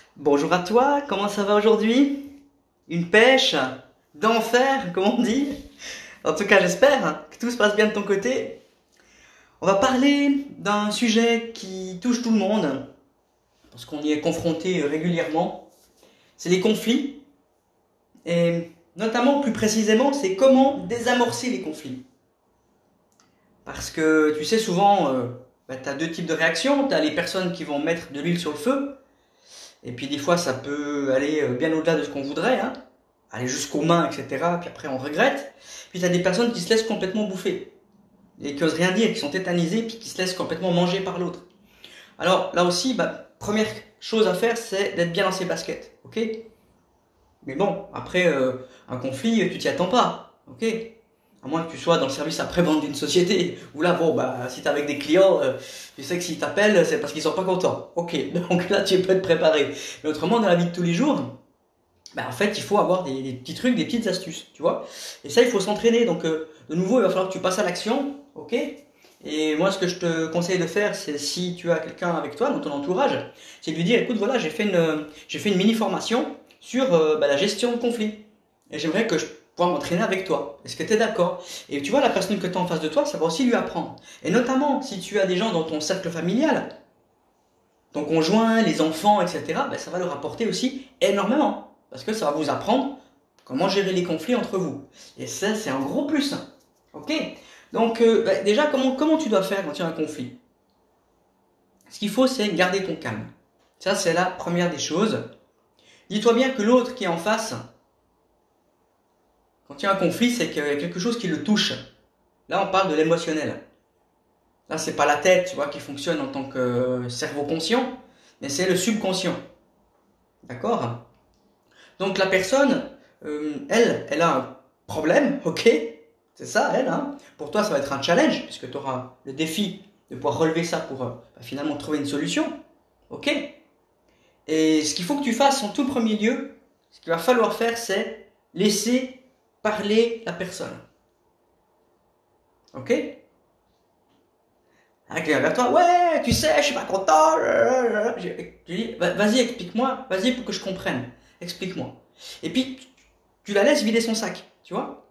Bonjour à toi, comment ça va aujourd'hui? Une pêche d'enfer, comme on dit. En tout cas, j'espère que tout se passe bien de ton côté. On va parler d'un sujet qui touche tout le monde, parce qu'on y est confronté régulièrement. C'est les conflits, et notamment, plus précisément, c'est comment désamorcer les conflits. Parce que, tu sais, souvent, tu as deux types de réactions. Tu as les personnes qui vont mettre de l'huile sur le feu, et puis des fois, ça peut aller bien au-delà de ce qu'on voudrait, hein. Aller jusqu'aux mains, etc. Puis après, on regrette. Puis t'as des personnes qui se laissent complètement bouffer. Et qui osent rien dire, qui sont tétanisées, puis qui se laissent complètement manger par l'autre. Alors, là aussi, première chose à faire, c'est d'être bien dans ses baskets. Ok? Mais bon, après, un conflit, tu t'y attends pas. Ok? À moins que tu sois dans le service après-vente d'une société. Où là, bon, si t'es avec des clients, tu sais que s'ils t'appellent, c'est parce qu'ils sont pas contents. Ok, donc là, tu peux te préparer. Mais autrement, dans la vie de tous les jours, en fait, il faut avoir des petits trucs, des petites astuces, tu vois. Et ça, il faut s'entraîner. Donc, de nouveau, il va falloir que tu passes à l'action, ok? Et moi, ce que je te conseille de faire, c'est si tu as quelqu'un avec toi, dans ton entourage, c'est de lui dire, écoute, voilà, j'ai fait une mini formation sur la gestion de conflits. Et j'aimerais que je puisse m'entraîner avec toi. Est-ce que tu es d'accord? Et tu vois, la personne que tu as en face de toi, ça va aussi lui apprendre. Et notamment, si tu as des gens dans ton cercle familial, ton conjoint, les enfants, etc., ça va leur apporter aussi énormément. Parce que ça va vous apprendre comment gérer les conflits entre vous. Et ça, c'est un gros plus. Ok? Donc, déjà, comment tu dois faire quand il y a un conflit? Ce qu'il faut, c'est garder ton calme. Ça, c'est la première des choses. Dis-toi bien que l'autre qui est en face, quand il y a un conflit, c'est qu'il y a quelque chose qui le touche. Là, on parle de l'émotionnel. Là, c'est pas la tête, tu vois, qui fonctionne en tant que cerveau conscient, mais c'est le subconscient. D'accord? Donc la personne, elle a un problème, ok? C'est ça, elle, hein? Pour toi, ça va être un challenge, puisque tu auras le défi de pouvoir relever ça pour finalement trouver une solution, ok? Et ce qu'il faut que tu fasses en tout premier lieu, ce qu'il va falloir faire, c'est laisser parler la personne, ok? Avec vient vers toi, ouais, tu sais, je suis pas content. Tu dis, vas-y, explique-moi, vas-y pour que je comprenne, explique-moi. Et puis, tu la laisses vider son sac, tu vois?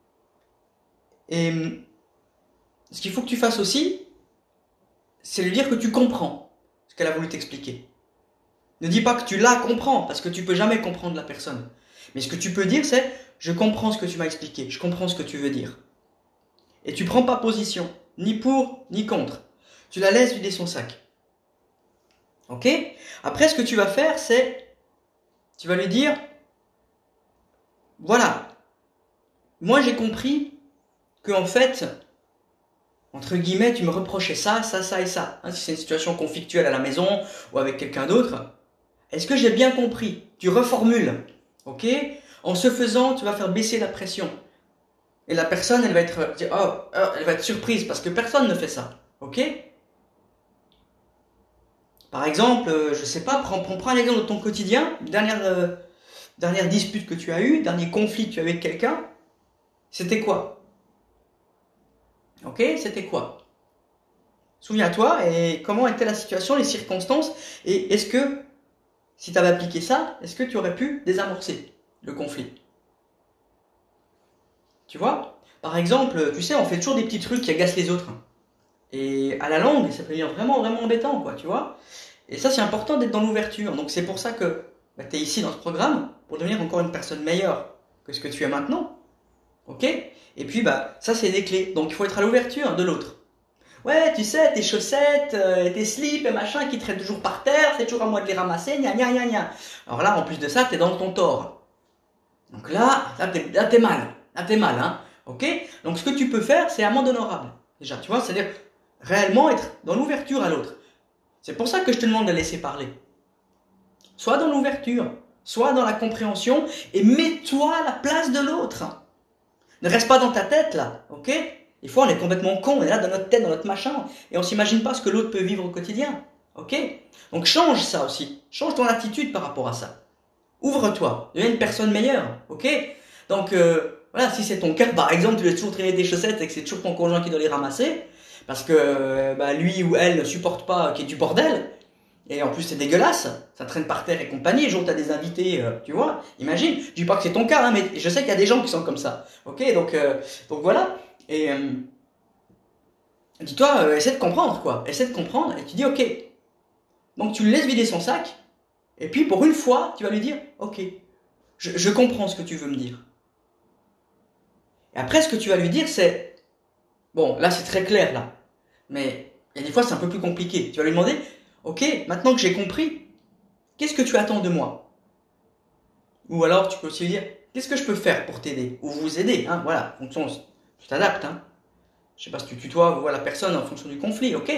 Et ce qu'il faut que tu fasses aussi, c'est lui dire que tu comprends ce qu'elle a voulu t'expliquer. Ne dis pas que tu la comprends, parce que tu peux jamais comprendre la personne. Mais ce que tu peux dire, c'est je comprends ce que tu m'as expliqué, je comprends ce que tu veux dire. Et tu prends pas position, ni pour, ni contre. Tu la laisses vider son sac. Ok? Après, ce que tu vas faire, c'est tu vas lui dire voilà, moi j'ai compris que en fait, entre guillemets, tu me reprochais ça, ça, ça et ça. Hein, si c'est une situation conflictuelle à la maison ou avec quelqu'un d'autre, est-ce que j'ai bien compris? Tu reformules, ok? En ce faisant, tu vas faire baisser la pression. Et la personne, elle va être, elle va être surprise parce que personne ne fait ça, ok? Par exemple, je sais pas, prends un exemple de ton quotidien, dernière dispute que tu as eue, dernier conflit que tu as eu avec quelqu'un, c'était quoi? Ok? C'était quoi? Souviens-toi, et comment était la situation, les circonstances, et est-ce que, si tu avais appliqué ça, est-ce que tu aurais pu désamorcer le conflit? Tu vois? Par exemple, tu sais, on fait toujours des petits trucs qui agacent les autres. Et à la longue, ça peut devenir vraiment, vraiment embêtant, quoi, tu vois? Et ça, c'est important d'être dans l'ouverture. Donc c'est pour ça que tu es ici dans ce programme, pour devenir encore une personne meilleure que ce que tu es maintenant. Ok? Et puis, ça, c'est des clés. Donc il faut être à l'ouverture de l'autre. Ouais, tu sais, tes chaussettes, tes slips et machin qui traînent toujours par terre, c'est toujours à moi de les ramasser, gna gna gna gna. Alors là, en plus de ça, t'es dans ton tort. Donc là t'es mal. Là, t'es mal, hein. Ok? Donc ce que tu peux faire, c'est amende honorable. Déjà, tu vois, c'est-à-dire réellement être dans l'ouverture à l'autre. C'est pour ça que je te demande de laisser parler. Sois dans l'ouverture, sois dans la compréhension et mets-toi à la place de l'autre. Ne reste pas dans ta tête là, ok? Des fois on est complètement con, on est là dans notre tête, dans notre machin, et on s'imagine pas ce que l'autre peut vivre au quotidien, ok? Donc change ça aussi, change ton attitude par rapport à ça. Ouvre-toi, deviens une personne meilleure, ok? Donc voilà, si c'est ton cas, par exemple, tu laisses toujours traîner tes chaussettes et que c'est toujours ton conjoint qui doit les ramasser, parce que lui ou elle ne supporte pas qu'il y ait du bordel, Et en plus, c'est dégueulasse, ça traîne par terre et compagnie. Le jour où tu as des invités, tu vois, imagine. Je dis pas que c'est ton cas, hein, mais je sais qu'il y a des gens qui sont comme ça. Ok, donc voilà. Et dis-toi, essaie de comprendre, quoi. Essaie de comprendre et tu dis, ok. Donc tu le laisses vider son sac. Et puis pour une fois, tu vas lui dire, ok, je comprends ce que tu veux me dire. Et après, ce que tu vas lui dire, c'est, bon, là c'est très clair, là. Mais il y a des fois, c'est un peu plus compliqué. Tu vas lui demander, ok, maintenant que j'ai compris, qu'est-ce que tu attends de moi? Ou alors, tu peux aussi lui dire, qu'est-ce que je peux faire pour t'aider? Ou vous aider, hein, voilà, en fonction, tu t'adaptes, hein. Je sais pas si tu tutoies ou vois la personne en fonction du conflit, ok?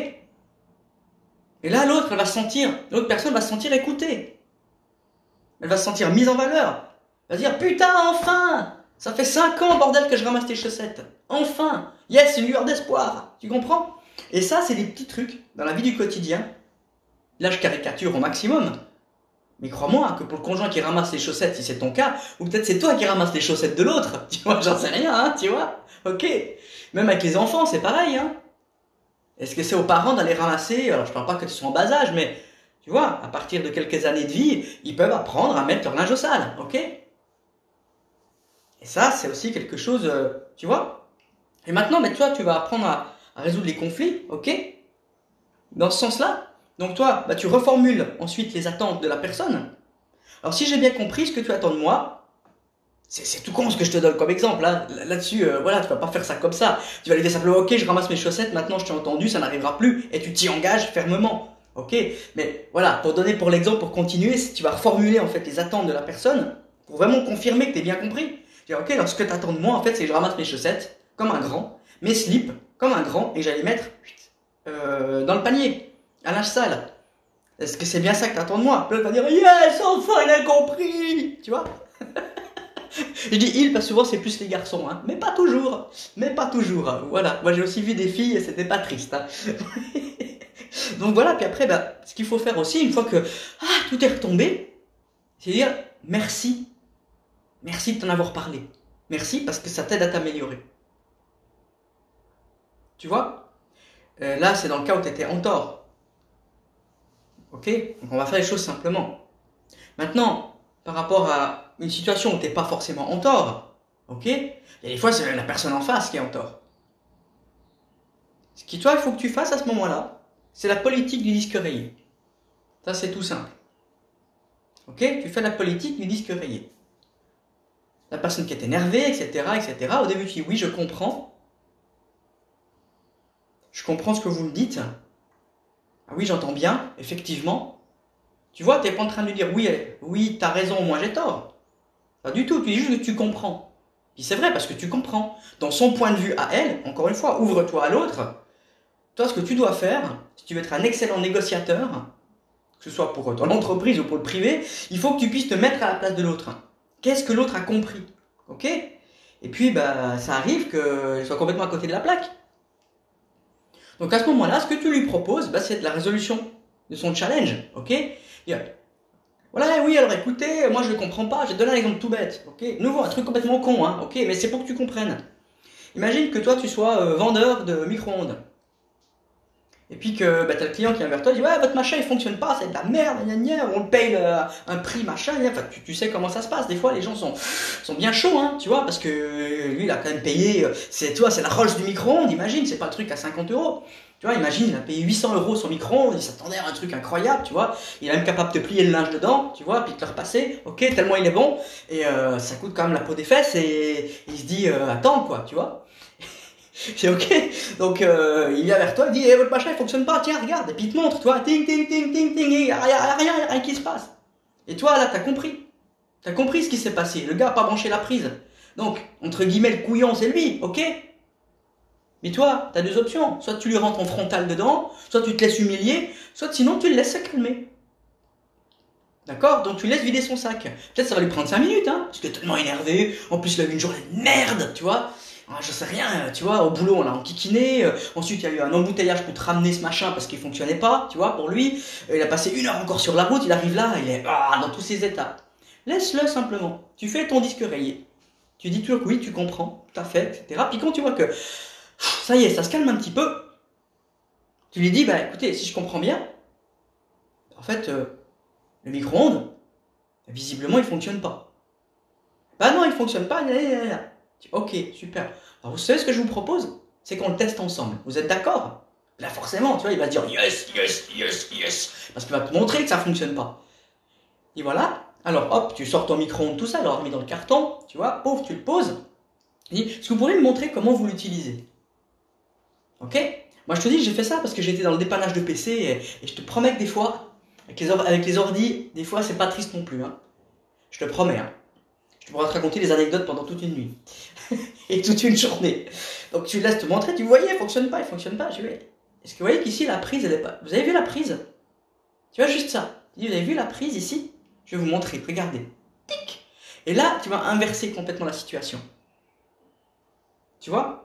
Et là, l'autre personne va se sentir écoutée. Elle va se sentir mise en valeur. Elle va se dire, putain, enfin! Ça fait 5 ans, bordel, que je ramasse tes chaussettes. Enfin! Yes, une lueur d'espoir. Tu comprends? Et ça, c'est des petits trucs dans la vie du quotidien. Là, je caricature au maximum. Mais crois-moi que pour le conjoint qui ramasse les chaussettes, si c'est ton cas, ou peut-être c'est toi qui ramasses les chaussettes de l'autre. Tu vois, j'en sais rien, hein, tu vois? Ok. Même avec les enfants, c'est pareil, hein. Est-ce que c'est aux parents d'aller ramasser? Alors, je parle pas que tu sois en bas âge, mais tu vois, à partir de quelques années de vie, ils peuvent apprendre à mettre leur linge au sale, ok? Et ça, c'est aussi quelque chose, tu vois? Et maintenant, mais toi, tu vas apprendre à résoudre les conflits, ok? Dans ce sens-là. Donc toi, bah, tu reformules ensuite les attentes de la personne. Alors si j'ai bien compris ce que tu attends de moi, c'est tout con ce que je te donne comme exemple. Hein. Là-dessus, voilà, tu vas pas faire ça comme ça. Tu vas lui dire simplement, ok, je ramasse mes chaussettes, maintenant je t'ai entendu, ça n'arrivera plus, et tu t'y engages fermement. Ok, mais voilà, pour donner pour l'exemple, pour continuer, tu vas reformuler en fait les attentes de la personne pour vraiment confirmer que tu as bien compris. Tu dis, ok, alors ce que tu attends de moi, en fait, c'est que je ramasse mes chaussettes comme un grand, mes slips comme un grand, et j'allais les mettre dans le panier, à linge sale. Est-ce que c'est bien ça que tu attends de moi? L'autre va dire, yes, enfin il a compris. Tu vois? Je dis il parce que souvent c'est plus les garçons, hein. Mais pas toujours. Mais pas toujours. Hein. Voilà. Moi j'ai aussi vu des filles et c'était pas triste. Hein. Donc voilà, puis après, bah, ce qu'il faut faire aussi, une fois que tout est retombé, c'est dire merci. Merci de t'en avoir parlé. Merci parce que ça t'aide à t'améliorer. Tu vois? Là, c'est dans le cas où tu étais en tort. Ok? Donc on va faire les choses simplement. Maintenant, par rapport à une situation où tu n'es pas forcément en tort, ok? Et des fois, c'est la personne en face qui est en tort. Ce qui, toi, il faut que tu fasses à ce moment-là, c'est la politique du disque rayé. Ça, c'est tout simple. Ok? Tu fais la politique du disque rayé. La personne qui est énervée, etc., etc. Au début, tu dis oui, je comprends. Je comprends ce que vous me dites. Ah oui, j'entends bien, effectivement. Tu vois, tu n'es pas en train de lui dire oui, t'as raison, moi j'ai tort. Pas du tout, tu dis juste que tu comprends. Puis c'est vrai parce que tu comprends. Dans son point de vue à elle, encore une fois, ouvre-toi à l'autre. Toi, ce que tu dois faire, si tu veux être un excellent négociateur, que ce soit pour ton entreprise ou pour le privé, il faut que tu puisses te mettre à la place de l'autre. Qu'est-ce que l'autre a compris? Ok? Et puis, bah, ça arrive qu'il soit complètement à côté de la plaque. Donc à ce moment-là, ce que tu lui proposes, bah, c'est de la résolution de son challenge. Ok? Voilà, oui, alors écoutez, moi je ne comprends pas, je vais te donner un exemple tout bête. Ok? Nouveau, un truc complètement con, hein? Ok? Mais c'est pour que tu comprennes. Imagine que toi, tu sois vendeur de micro-ondes. Et puis que bah, t'as le client qui vient vers toi et dit ouais votre machin il fonctionne pas, c'est de la merde, gna gna, on le paye un prix machin, gna. Enfin, tu sais comment ça se passe, des fois les gens sont bien chauds hein, tu vois, parce que lui il a quand même payé, c'est la Rolls du micro-ondes, imagine, c'est pas le truc à 50 €. Tu vois, imagine, il a payé 800 € son micro-ondes, il s'attendait à un truc incroyable, tu vois, il est même capable de plier le linge dedans, tu vois, puis de le repasser, ok, tellement il est bon, et ça coûte quand même la peau des fesses, et il se dit attends quoi, tu vois. C'est ok. Donc il vient vers toi, il dit eh, votre machin il fonctionne pas, tiens regarde, et puis il te montre, toi, ting ting ting ting ting, il y a rien qui se passe. Et toi là t'as compris. T'as compris ce qui s'est passé. Le gars a pas branché la prise. Donc, entre guillemets, le couillon c'est lui, ok? Mais toi, t'as deux options. Soit tu lui rentres en frontal dedans, soit tu te laisses humilier, soit sinon tu le laisses se calmer. D'accord? Donc tu laisses vider son sac. Peut-être ça va lui prendre 5 minutes, hein, parce qu'il est tellement énervé. En plus, il a eu une journée de merde, tu vois. Je sais rien, tu vois, au boulot on l'a enquiquiné, ensuite il y a eu un embouteillage pour te ramener ce machin parce qu'il fonctionnait pas, tu vois, pour lui, il a passé 1 heure encore sur la route, il arrive là, il est dans tous ses états. Laisse-le simplement, tu fais ton disque rayé, tu dis toujours que oui, tu comprends, tout à fait, etc. Puis quand tu vois que ça y est, ça se calme un petit peu, tu lui dis, bah écoutez, si je comprends bien, En fait, le micro-ondes, visiblement, il ne fonctionne pas. Bah non, il ne fonctionne pas. Ok, super. Alors, vous savez ce que je vous propose? C'est qu'on le teste ensemble. Vous êtes d'accord? Là, forcément, tu vois, il va se dire yes, yes, yes, yes. Parce qu'il va te montrer que ça ne fonctionne pas. Et voilà. Alors, hop, tu sors ton micro-ondes tout ça, alors remis dans le carton, tu vois, pauvre, tu le poses. Et est-ce que vous pourriez me montrer comment vous l'utilisez? Ok? Moi, je te dis, j'ai fait ça parce que j'étais dans le dépannage de PC et je te promets que des fois, avec les ordis, des fois, c'est pas triste non plus. Hein. Je te promets. Hein. Je pourrais te raconter des anecdotes pendant toute une nuit. Et toute une journée. Donc tu laisses te montrer, tu voyais, il fonctionne pas. Je vais. Est-ce que vous voyez qu'ici la prise, elle est pas. Vous avez vu la prise? Tu vois juste ça. Vous avez vu la prise ici? Je vais vous montrer, regardez. Tic. Et là, tu vas inverser complètement la situation. Tu vois?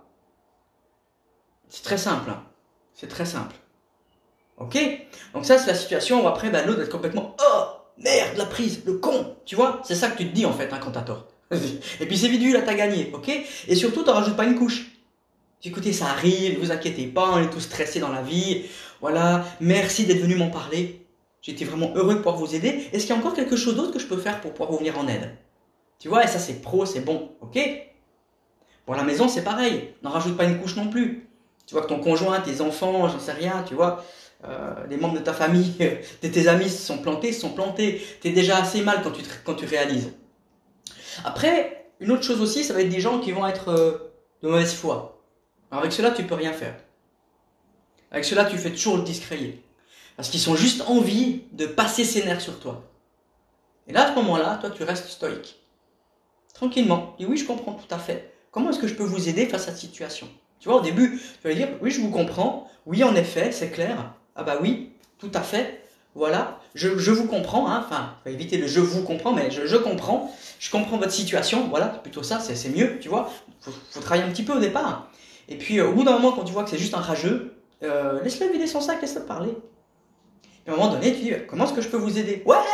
C'est très simple. Hein. C'est très simple. Ok? Donc ça, c'est la situation où après, l'autre va être complètement oh, merde, la prise, le con. Tu vois? C'est ça que tu te dis en fait, hein, quand t'as tort. Et puis c'est vite vu, là t'as gagné, ok? Et surtout, t'en rajoutes pas une couche. Écoutez, ça arrive, vous inquiétez pas, on est tous stressés dans la vie. Voilà, merci d'être venu m'en parler. J'étais vraiment heureux de pouvoir vous aider. Est-ce qu'il y a encore quelque chose d'autre que je peux faire pour pouvoir vous venir en aide? Tu vois, et ça c'est pro, c'est bon, ok? Pour la maison, c'est pareil. N'en rajoute pas une couche non plus. Tu vois que ton conjoint, tes enfants, j'en sais rien, tu vois, les membres de ta famille, de tes amis se sont plantés. T'es déjà assez mal quand tu réalises. Après, une autre chose aussi, ça va être des gens qui vont être de mauvaise foi. Alors avec cela, tu peux rien faire. Avec cela, tu fais toujours le discret. Parce qu'ils ont juste envie de passer ses nerfs sur toi. Et là, à ce moment-là, toi, tu restes stoïque. Tranquillement. Et oui, je comprends tout à fait. Comment est-ce que je peux vous aider face à cette situation? Tu vois, au début, tu vas dire, oui, je vous comprends. Oui, en effet, c'est clair. Ah bah oui, tout à fait. Voilà, je vous comprends, hein. Enfin, faut éviter le je vous comprends, mais je comprends. Je comprends votre situation, voilà, plutôt ça, c'est mieux, tu vois. Faut travailler un petit peu au départ. Et puis, au bout d'un moment, quand tu vois que c'est juste un rageux, laisse-le vider son sac, laisse-le parler. Et à un moment donné, tu dis, comment est-ce que je peux vous aider? Ouais.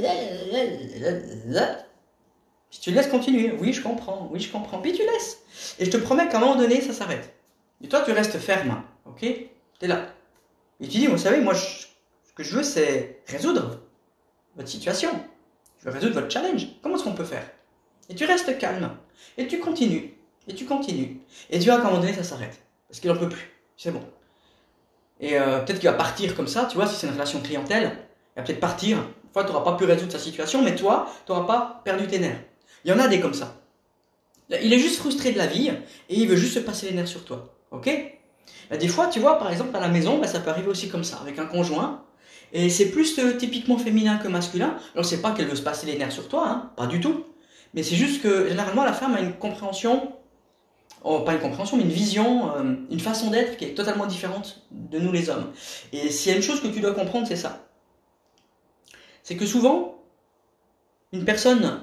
Si tu le laisses continuer, oui, je comprends, puis tu laisses. Et je te promets qu'à un moment donné, ça s'arrête. Et toi, tu restes ferme, ok? T'es là. Et tu dis, vous savez, moi, ce que je veux, c'est résoudre votre situation. Je veux résoudre votre challenge. Comment est-ce qu'on peut faire? Et tu restes calme. Et tu continues. Et tu continues. Et tu vois qu'à un moment donné, ça s'arrête. Parce qu'il n'en peut plus. C'est bon. Et peut-être qu'il va partir comme ça, tu vois, si c'est une relation clientèle. Il va peut-être partir. Une fois, tu n'auras pas pu résoudre sa situation, mais toi, tu n'auras pas perdu tes nerfs. Il y en a des comme ça. Il est juste frustré de la vie et il veut juste se passer les nerfs sur toi. Ok? Des fois, tu vois, par exemple, à la maison, ça peut arriver aussi comme ça, avec un conjoint. Et c'est plus typiquement féminin que masculin. Alors, c'est pas qu'elle veut se passer les nerfs sur toi, hein, pas du tout. Mais c'est juste que, généralement, la femme a une compréhension, pas une compréhension, mais une vision, une façon d'être qui est totalement différente de nous les hommes. Et s'il y a une chose que tu dois comprendre, c'est ça. C'est que souvent, une personne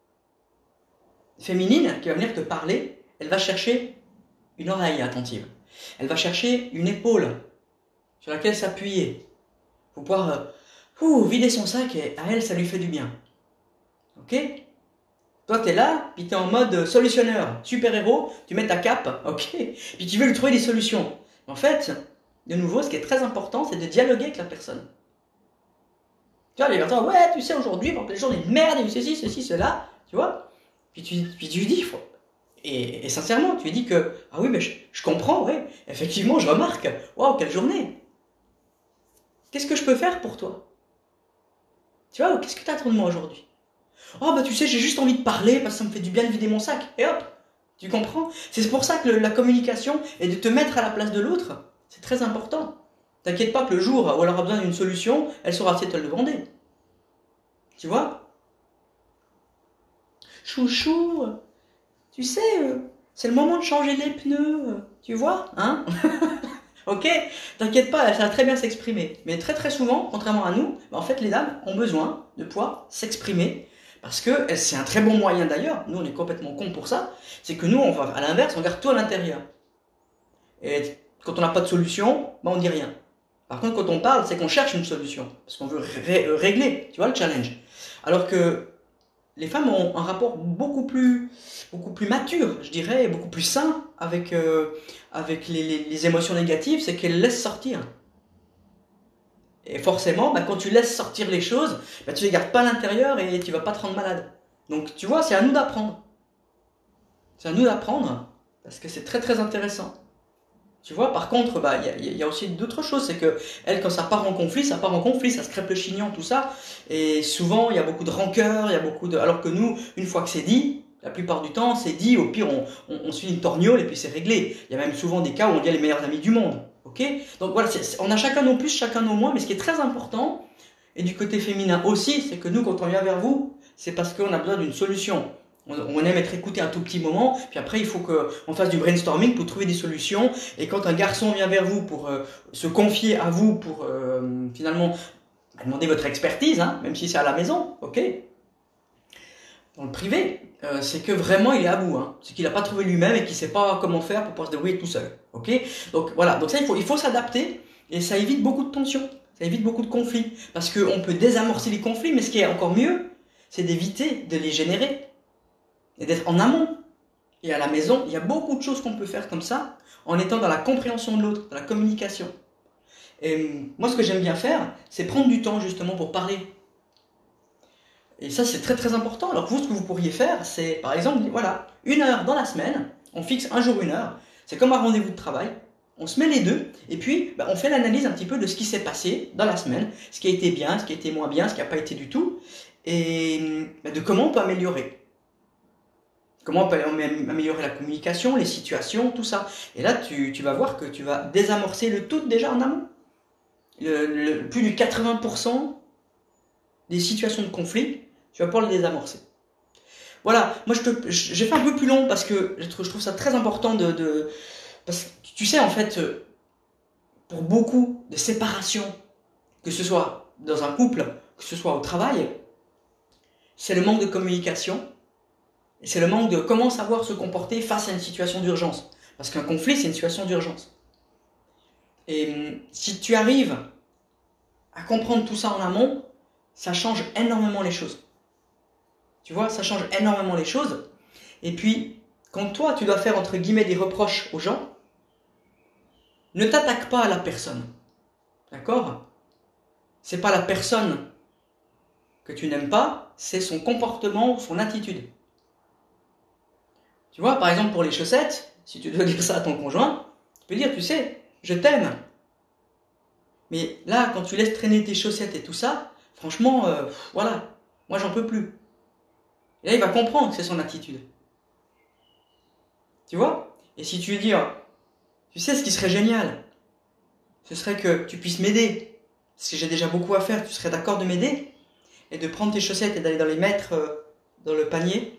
féminine qui va venir te parler, elle va chercher une oreille attentive. Elle va chercher une épaule sur laquelle s'appuyer pour pouvoir vider son sac et à elle, ça lui fait du bien. Ok? Toi, t'es là, puis t'es en mode solutionneur, super-héros, tu mets ta cape, ok? Puis tu veux lui trouver des solutions. En fait, de nouveau, ce qui est très important, c'est de dialoguer avec la personne. Tu vois, les personnes, ouais, tu sais, aujourd'hui, les journées de merde, et ceci, cela, tu vois? Puis tu lui dis, et sincèrement, tu lui dis que, ah oui, mais je comprends, ouais, effectivement, je remarque, waouh, quelle journée! Qu'est-ce que je peux faire pour toi? Tu vois, qu'est-ce que tu attends de moi aujourd'hui? Oh, bah tu sais, j'ai juste envie de parler parce que ça me fait du bien de vider mon sac. Et hop, tu comprends? C'est pour ça que la communication et de te mettre à la place de l'autre, c'est très important. T'inquiète pas que le jour où elle aura besoin d'une solution, elle saura te le demander. Tu vois? Chouchou, tu sais, c'est le moment de changer les pneus, tu vois, hein? Ok? T'inquiète pas, elle savent très bien s'exprimer. Mais très très souvent, contrairement à nous, en fait les dames ont besoin de pouvoir s'exprimer. Parce que c'est un très bon moyen d'ailleurs, nous on est complètement cons pour ça, c'est que nous on va à l'inverse, on garde tout à l'intérieur. Et quand on n'a pas de solution, on dit rien. Par contre quand on parle, c'est qu'on cherche une solution, parce qu'on veut régler, tu vois le challenge. Alors que les femmes ont un rapport beaucoup plus mature, je dirais, beaucoup plus sain avec les émotions négatives, c'est qu'elles laissent sortir. Et forcément, quand tu laisses sortir les choses, tu les gardes pas à l'intérieur et tu vas pas te rendre malade. Donc tu vois, c'est à nous d'apprendre. C'est à nous d'apprendre parce que c'est très très intéressant. Tu vois, par contre, il y a aussi d'autres choses, c'est que elle, quand ça part en conflit, ça part en conflit, ça se crêpe le chignon, tout ça. Et souvent, il y a beaucoup de rancœur, il y a beaucoup de... Alors que nous, une fois que c'est dit, la plupart du temps, c'est dit, au pire, on suit une torgnole et puis c'est réglé. Il y a même souvent des cas où on devient les meilleurs amis du monde. Ok? Donc voilà, on a chacun nos plus, chacun nos moins, mais ce qui est très important, et du côté féminin aussi, c'est que nous, quand on vient vers vous, c'est parce qu'on a besoin d'une solution. On aime être écouté un tout petit moment, puis après il faut qu'on fasse du brainstorming pour trouver des solutions. Et quand un garçon vient vers vous pour se confier à vous, pour finalement demander votre expertise, hein, même si c'est à la maison, ok, dans le privé, c'est que vraiment il est à bout, hein. C'est qu'il n'a pas trouvé lui-même et qu'il ne sait pas comment faire pour pouvoir se débrouiller tout seul, ok. Donc voilà, donc ça il faut s'adapter et ça évite beaucoup de tensions, ça évite beaucoup de conflits, parce qu'on peut désamorcer les conflits, mais ce qui est encore mieux, c'est d'éviter de les générer. Et d'être en amont. Et à la maison, il y a beaucoup de choses qu'on peut faire comme ça, en étant dans la compréhension de l'autre, dans la communication. Et moi, ce que j'aime bien faire, c'est prendre du temps justement pour parler. Et ça, c'est très très important. Alors vous, ce que vous pourriez faire, c'est par exemple, voilà, 1 heure dans la semaine, on fixe un jour 1 heure, c'est comme un rendez-vous de travail, on se met les deux, et puis on fait l'analyse un petit peu de ce qui s'est passé dans la semaine, ce qui a été bien, ce qui a été moins bien, ce qui n'a pas été du tout, et de comment on peut améliorer. Comment on peut améliorer la communication, les situations, tout ça. Et là, tu vas voir que tu vas désamorcer le tout déjà en amont. Plus de 80% des situations de conflit, tu vas pouvoir le désamorcer. Voilà, moi j'ai fait un peu plus long parce que je trouve ça très important parce que tu sais, en fait, pour beaucoup de séparations, que ce soit dans un couple, que ce soit au travail, c'est le manque de communication. Et c'est le manque de comment savoir se comporter face à une situation d'urgence. Parce qu'un conflit, c'est une situation d'urgence. Et si tu arrives à comprendre tout ça en amont, ça change énormément les choses. Tu vois, ça change énormément les choses. Et puis, quand toi, tu dois faire entre guillemets des reproches aux gens, ne t'attaque pas à la personne. D'accord? C'est pas la personne que tu n'aimes pas, c'est son comportement ou son attitude. Tu vois, par exemple, pour les chaussettes, si tu dois dire ça à ton conjoint, tu peux dire, tu sais, je t'aime. Mais là, quand tu laisses traîner tes chaussettes et tout ça, franchement, voilà, moi j'en peux plus. Et là, il va comprendre que c'est son attitude. Tu vois? Et si tu lui dis, tu sais, ce qui serait génial, ce serait que tu puisses m'aider. Parce que j'ai déjà beaucoup à faire, tu serais d'accord de m'aider? Et de prendre tes chaussettes et d'aller les mettre dans le panier?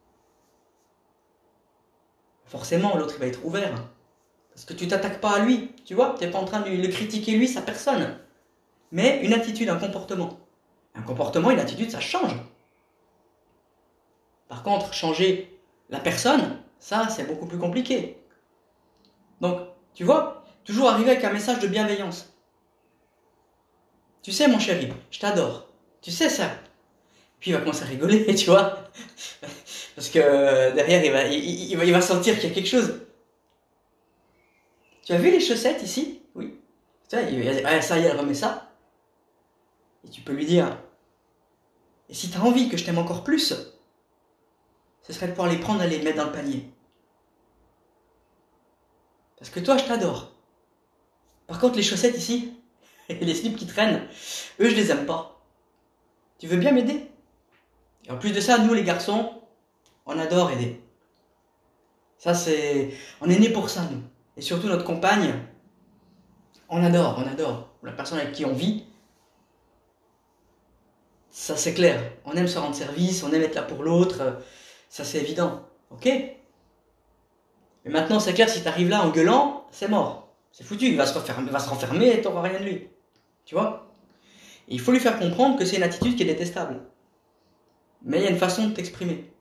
Forcément, l'autre il va être ouvert. Parce que tu t'attaques pas à lui, tu vois, tu n'es pas en train de le critiquer lui, sa personne. Mais une attitude, un comportement. Un comportement, une attitude, ça change. Par contre, changer la personne, ça, c'est beaucoup plus compliqué. Donc, tu vois, toujours arriver avec un message de bienveillance. Tu sais, mon chéri, je t'adore. Tu sais ça. Puis il va commencer à rigoler, tu vois. Parce que derrière, il va sentir qu'il y a quelque chose. Tu as vu les chaussettes ici? Oui. Ça y est, elle remet ça. Et tu peux lui dire, et si tu as envie que je t'aime encore plus, ce serait de pouvoir les prendre et les mettre dans le panier. Parce que toi, je t'adore. Par contre, les chaussettes ici, et les slips qui traînent, eux, je les aime pas. Tu veux bien m'aider? Et en plus de ça, nous, les garçons, on adore aider. Ça, on est nés pour ça, nous. Et surtout, notre compagne, on adore. La personne avec qui on vit, ça, c'est clair. On aime se rendre service, on aime être là pour l'autre. Ça, c'est évident. Ok? Mais maintenant, c'est clair, si tu arrives là en gueulant, c'est mort. C'est foutu. Il va se renfermer et tu n'auras rien de lui. Tu vois? Et il faut lui faire comprendre que c'est une attitude qui est détestable. Mais il y a une façon de t'exprimer.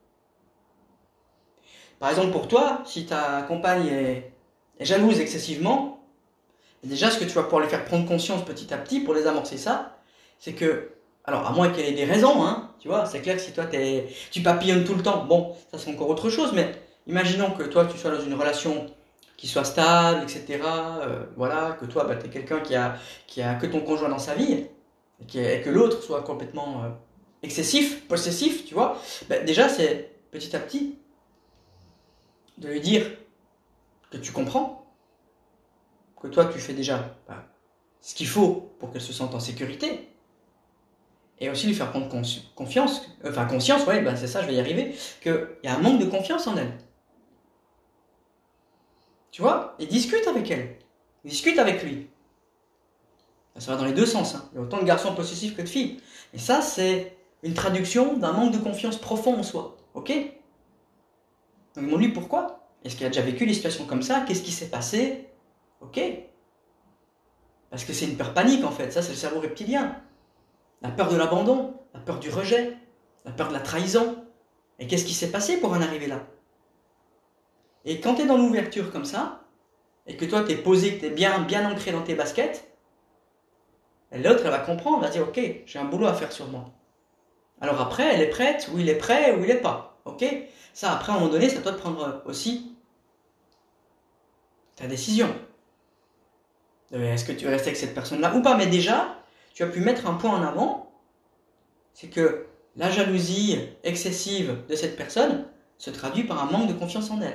Par exemple, pour toi, si ta compagne est jalouse excessivement, déjà, ce que tu vas pouvoir lui faire prendre conscience petit à petit pour désamorcer ça, c'est que, alors à moins qu'elle ait des raisons, hein, tu vois, c'est clair que si toi tu papillonnes tout le temps, bon, ça c'est encore autre chose, mais imaginons que toi tu sois dans une relation qui soit stable, etc. Voilà, que toi, tu es quelqu'un qui a que ton conjoint dans sa vie, et que l'autre soit complètement excessif, possessif, tu vois. Ben, déjà, c'est petit à petit de lui dire que tu comprends, que toi, tu fais déjà ce qu'il faut pour qu'elle se sente en sécurité, et aussi lui faire prendre conscience, ouais, ben c'est ça, je vais y arriver, qu'il y a un manque de confiance en elle. Tu vois, et discute avec elle, discute avec lui. Ça va dans les deux sens, hein. Il y a autant de garçons possessifs que de filles. Et ça, c'est une traduction d'un manque de confiance profond en soi, ok? Donc demande-lui pourquoi. Est-ce qu'il a déjà vécu des situations comme ça? Qu'est-ce qui s'est passé? Ok? Parce que c'est une peur panique en fait, ça c'est le cerveau reptilien. La peur de l'abandon, la peur du rejet, la peur de la trahison. Et qu'est-ce qui s'est passé pour en arriver là? Et quand tu es dans l'ouverture comme ça, et que toi tu es posé, que tu es bien ancré dans tes baskets, l'autre elle va comprendre, elle va dire ok, j'ai un boulot à faire sur moi. Alors après, elle est prête, ou il est prêt, ou il n'est pas. Ok? Ça après à un moment donné, c'est à toi de prendre aussi ta décision. Est-ce que tu veux rester avec cette personne-là ou pas? Mais déjà, tu as pu mettre un point en avant, c'est que la jalousie excessive de cette personne se traduit par un manque de confiance en elle.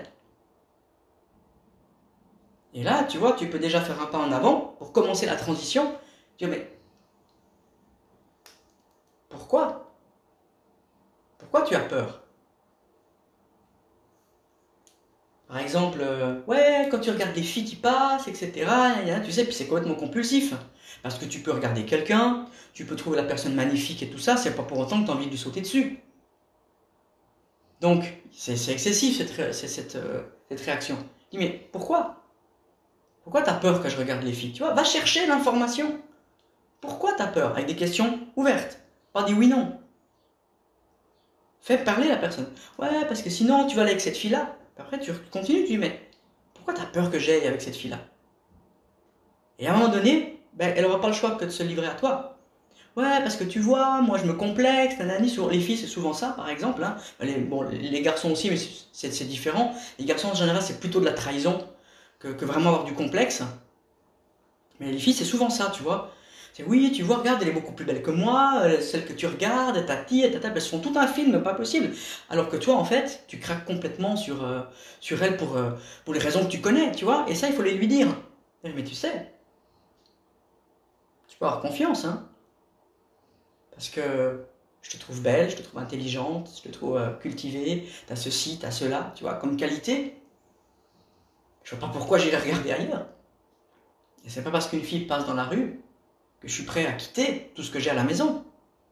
Et là, tu vois, tu peux déjà faire un pas en avant pour commencer la transition. Tu dis, mais pourquoi? Pourquoi tu as peur? Par exemple, ouais, quand tu regardes les filles qui passent, etc., tu sais, puis c'est complètement compulsif. Parce que tu peux regarder quelqu'un, tu peux trouver la personne magnifique et tout ça, c'est pas pour autant que tu as envie de lui sauter dessus. Donc, c'est excessif cette réaction. Je dis, mais pourquoi? Pourquoi tu as peur que je regarde les filles? Tu vois, va chercher l'information. Pourquoi tu as peur? Avec des questions ouvertes. Pas des oui-non. Fais parler la personne. Ouais, parce que sinon, tu vas aller avec cette fille-là. Après, tu continues, tu dis, mais pourquoi tu as peur que j'aille avec cette fille-là? Et à un moment donné, ben, elle n'aura pas le choix que de se livrer à toi. Ouais, parce que tu vois, moi je me complexe, nanani, sur les filles c'est souvent ça par exemple, hein. Les garçons aussi, mais c'est différent. Les garçons en général c'est plutôt de la trahison que vraiment avoir du complexe. Mais les filles c'est souvent ça, tu vois. C'est oui, tu vois, regarde, elle est beaucoup plus belle que moi, celle que tu regardes, tati, elles se font tout un film, pas possible. Alors que toi en fait, tu craques complètement sur elle pour les raisons que tu connais, tu vois. Et ça il faut les lui dire. Mais tu sais, tu peux avoir confiance, hein. Parce que je te trouve belle, je te trouve intelligente, je te trouve cultivée, t'as ceci, t'as cela, tu vois, comme qualité. Je vois pas pourquoi j'irai regarder ailleurs. Et c'est pas parce qu'une fille passe dans la rue que je suis prêt à quitter tout ce que j'ai à la maison.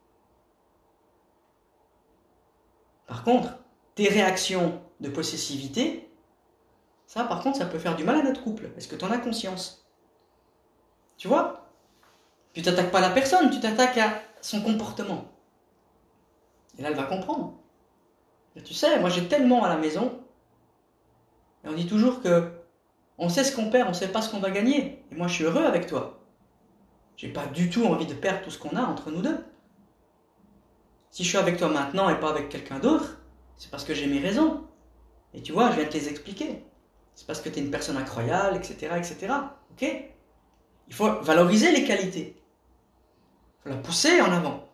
Par contre, tes réactions de possessivité, ça par contre, ça peut faire du mal à notre couple. Est-ce que tu en as conscience? Tu vois? Tu t'attaques pas à la personne, tu t'attaques à son comportement. Et là, elle va comprendre. Et tu sais, moi j'ai tellement à la maison, et on dit toujours que on sait ce qu'on perd, on sait pas ce qu'on va gagner. Et moi je suis heureux avec toi. J'ai pas du tout envie de perdre tout ce qu'on a entre nous deux. Si je suis avec toi maintenant et pas avec quelqu'un d'autre, c'est parce que j'ai mes raisons. Et tu vois, je viens de te les expliquer. C'est parce que tu es une personne incroyable, etc., etc. Ok? Il faut valoriser les qualités. Il faut la pousser en avant.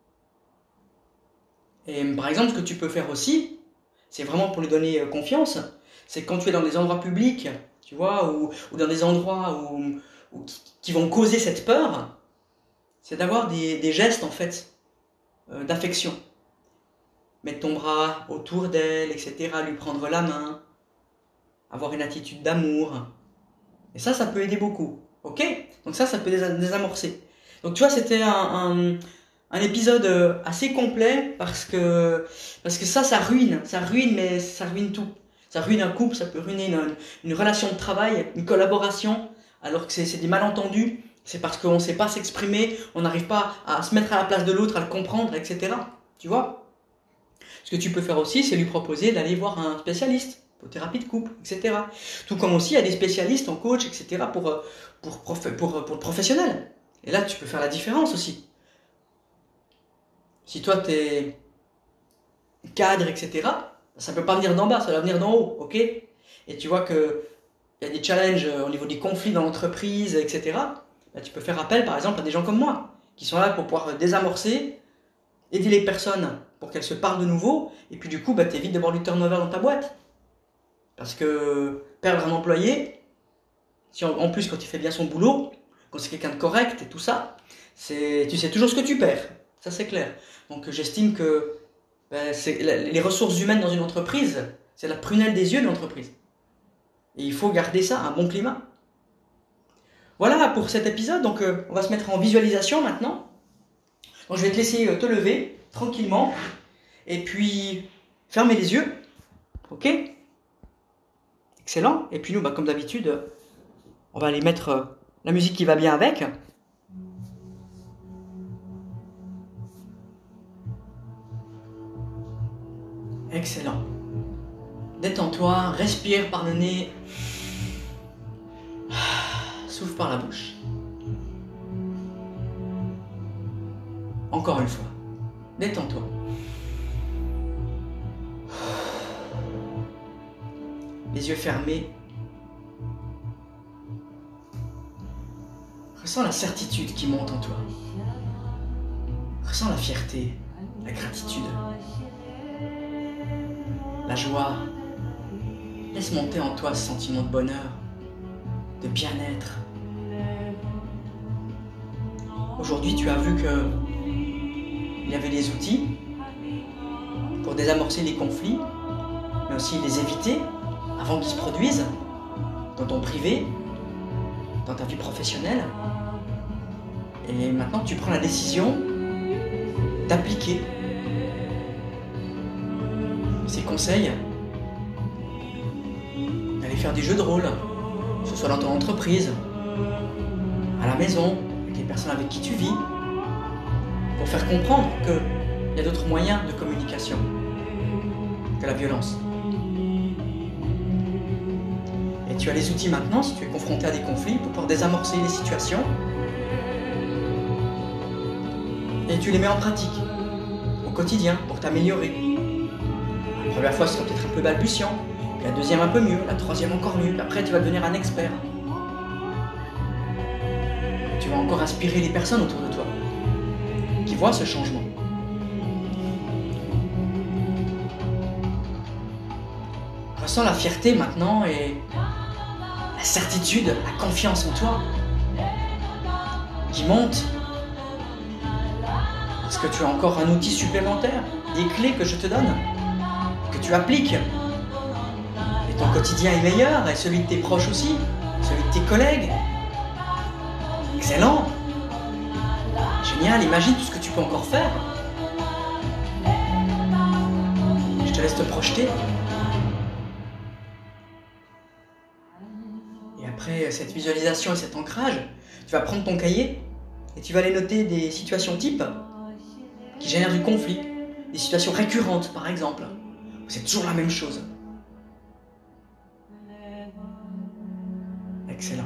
Et par exemple, ce que tu peux faire aussi, c'est vraiment pour lui donner confiance, c'est quand tu es dans des endroits publics, tu vois, ou dans des endroits qui vont causer cette peur, c'est d'avoir des gestes, en fait, d'affection. Mettre ton bras autour d'elle, etc., lui prendre la main, avoir une attitude d'amour. Et ça peut aider beaucoup. Ok? Donc ça peut désamorcer. Donc tu vois, c'était un épisode assez complet parce que ça ruine, mais ça ruine tout. Ça ruine un couple, ça peut ruiner une relation de travail, une collaboration, alors que c'est des malentendus. C'est parce qu'on ne sait pas s'exprimer, on n'arrive pas à se mettre à la place de l'autre, à le comprendre, etc. Tu vois? Ce que tu peux faire aussi, c'est lui proposer d'aller voir un spécialiste pour thérapie de couple, etc. Tout comme aussi, il y a des spécialistes en coach, etc. pour le professionnel. Et là, tu peux faire la différence aussi. Si toi, t'es cadre, etc., ça peut pas venir d'en bas, ça va venir d'en haut, ok? Et tu vois que il y a des challenges au niveau des conflits dans l'entreprise, etc., bah, tu peux faire appel par exemple à des gens comme moi, qui sont là pour pouvoir désamorcer, aider les personnes pour qu'elles se parlent de nouveau, et puis du coup, bah, t'évites d'avoir du turnover dans ta boîte. Parce que perdre un employé, si en plus quand il fait bien son boulot, quand c'est quelqu'un de correct et tout ça, tu sais toujours ce que tu perds, ça c'est clair. Donc j'estime que les ressources humaines dans une entreprise, c'est la prunelle des yeux de l'entreprise. Et il faut garder ça, un bon climat. Voilà pour cet épisode, donc on va se mettre en visualisation maintenant. Donc je vais te laisser te lever tranquillement et puis fermer les yeux, ok? Excellent. Et puis nous, comme d'habitude, on va aller mettre la musique qui va bien avec. Excellent. Détends-toi, respire par le nez. Souffle par la bouche. Encore une fois. Détends-toi. Les yeux fermés. Ressens la certitude qui monte en toi. Ressens la fierté, la gratitude, la joie. Laisse monter en toi ce sentiment de bonheur, de bien-être. Aujourd'hui, tu as vu que il y avait des outils pour désamorcer les conflits, mais aussi les éviter avant qu'ils se produisent dans ton privé, dans ta vie professionnelle. Et maintenant, tu prends la décision d'appliquer ces conseils, d'aller faire des jeux de rôle, que ce soit dans ton entreprise, à la maison, avec les personnes avec qui tu vis, pour faire comprendre qu'il y a d'autres moyens de communication que la violence. Et tu as les outils maintenant, si tu es confronté à des conflits, pour pouvoir désamorcer les situations. Et tu les mets en pratique, au quotidien, pour t'améliorer. La première fois, ce sera peut-être un peu balbutiant, puis la deuxième un peu mieux, la troisième encore mieux, puis après tu vas devenir un expert. Tu vas encore inspirer les personnes autour de toi, qui voient ce changement. Ressens la fierté maintenant et la certitude, la confiance en toi qui monte. Parce que tu as encore un outil supplémentaire, des clés que je te donne, que tu appliques. Et ton quotidien est meilleur, et celui de tes proches aussi, celui de tes collègues. Excellent! Génial, imagine tout ce que tu peux encore faire. Je te laisse te projeter. Et après cette visualisation et cet ancrage, tu vas prendre ton cahier et tu vas aller noter des situations types qui génèrent du conflit, des situations récurrentes par exemple. C'est toujours la même chose. Excellent.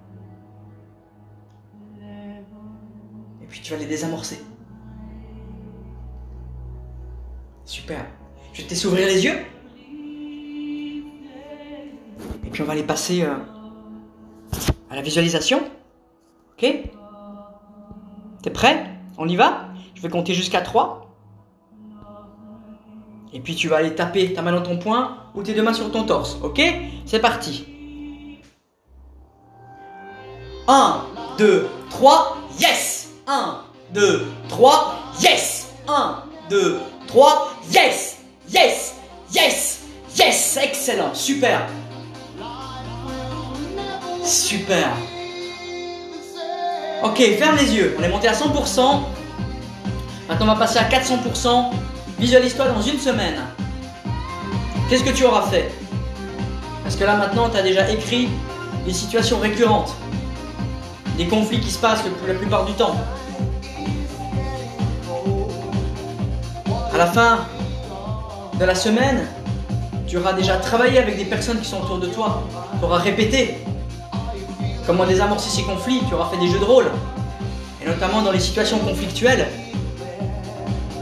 Et puis tu vas les désamorcer. Super. Je vais te laisser ouvrir les yeux. Et puis on va aller passer à la visualisation. Ok? T'es prêt? On y va? Je vais compter jusqu'à 3. Et puis tu vas aller taper ta main dans ton poing ou tes deux mains sur ton torse. Ok? C'est parti. 1, 2, 3, yes! 1, 2, 3, yes! 1, 2, 3, yes! Yes! Yes! Yes! Excellent! Super! Super! Ok, ferme les yeux. On est monté à 100%. Maintenant, on va passer à 400%. Visualise-toi dans une semaine. Qu'est-ce que tu auras fait? Parce que là, maintenant, tu as déjà écrit les situations récurrentes. Des conflits qui se passent la plupart du temps. À la fin de la semaine, tu auras déjà travaillé avec des personnes qui sont autour de toi. Tu auras répété comment désamorcer ces conflits. Tu auras fait des jeux de rôle. Et notamment dans les situations conflictuelles.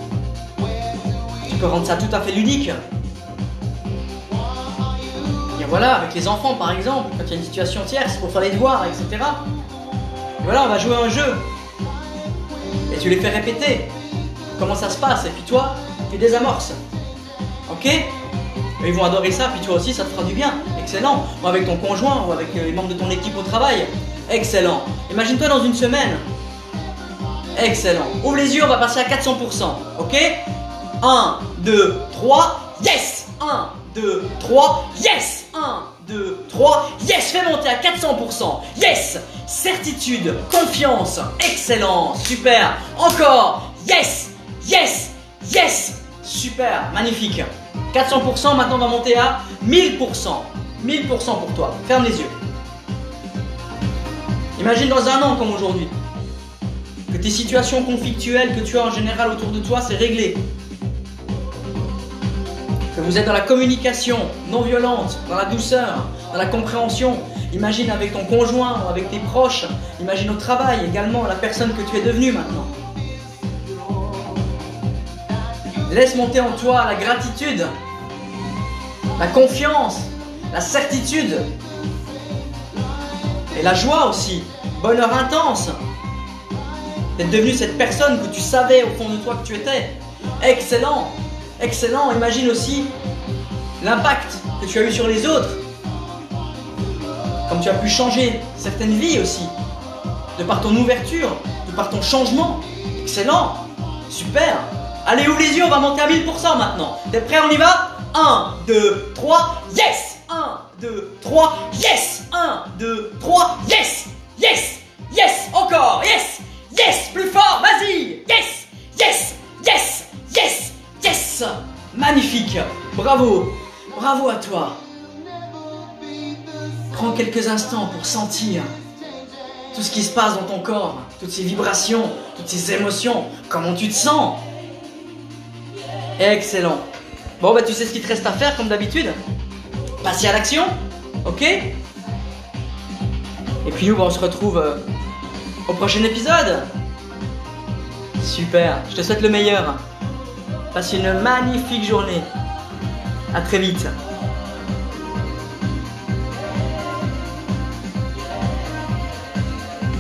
Tu peux rendre ça tout à fait ludique. Et voilà, avec les enfants par exemple, quand il y a une situation tierce pour faire les devoirs, etc. Et voilà, on va jouer à un jeu. Et tu les fais répéter. Comment ça se passe. Et puis toi, tu désamorces. Ok? Et ils vont adorer ça, puis toi aussi, ça te fera du bien. Excellent. Ou avec ton conjoint, ou avec les membres de ton équipe au travail. Excellent. Imagine-toi dans une semaine. Excellent. Ouvre les yeux, on va passer à 400%. Ok? 1, 2, 3, yes! 1, 2, 3, yes! 1, 2, 3, yes! Fais monter à 400%. Yes! Certitude, confiance, excellent, super. Encore, yes! Yes! Yes! Super, magnifique. 400%, maintenant on va monter à 1000%. 1000% pour toi. Ferme les yeux. Imagine dans un an comme aujourd'hui, que tes situations conflictuelles que tu as en général autour de toi, c'est réglé. Que vous êtes dans la communication non violente, dans la douceur, dans la compréhension. Imagine avec ton conjoint ou avec tes proches. Imagine au travail également la personne que tu es devenue maintenant. Laisse monter en toi la gratitude, la confiance, la certitude et la joie aussi. Bonheur intense. D'être devenu cette personne que tu savais au fond de toi que tu étais. Excellent. Excellent. Imagine aussi l'impact que tu as eu sur les autres. Comme tu as pu changer certaines vies aussi. De par ton ouverture, de par ton changement. Excellent. Super. Allez, ouvre les yeux, on va monter à 1000% maintenant. T'es prêt, on y va? 1, 2, 3, yes! 1, 2, 3, yes! 1, 2, 3, yes! Yes! Yes! Encore, yes! Yes! Plus fort, vas-y! Yes! Yes! Yes! Yes! Yes! Magnifique! Bravo! Bravo à toi! Prends quelques instants pour sentir tout ce qui se passe dans ton corps, toutes ces vibrations, toutes ces émotions, comment tu te sens? Excellent. Bon, bah tu sais ce qu'il te reste à faire comme d'habitude. Passer à l'action. Ok? Et puis nous, bah, on se retrouve au prochain épisode. Super. Je te souhaite le meilleur. Passe une magnifique journée. À très vite.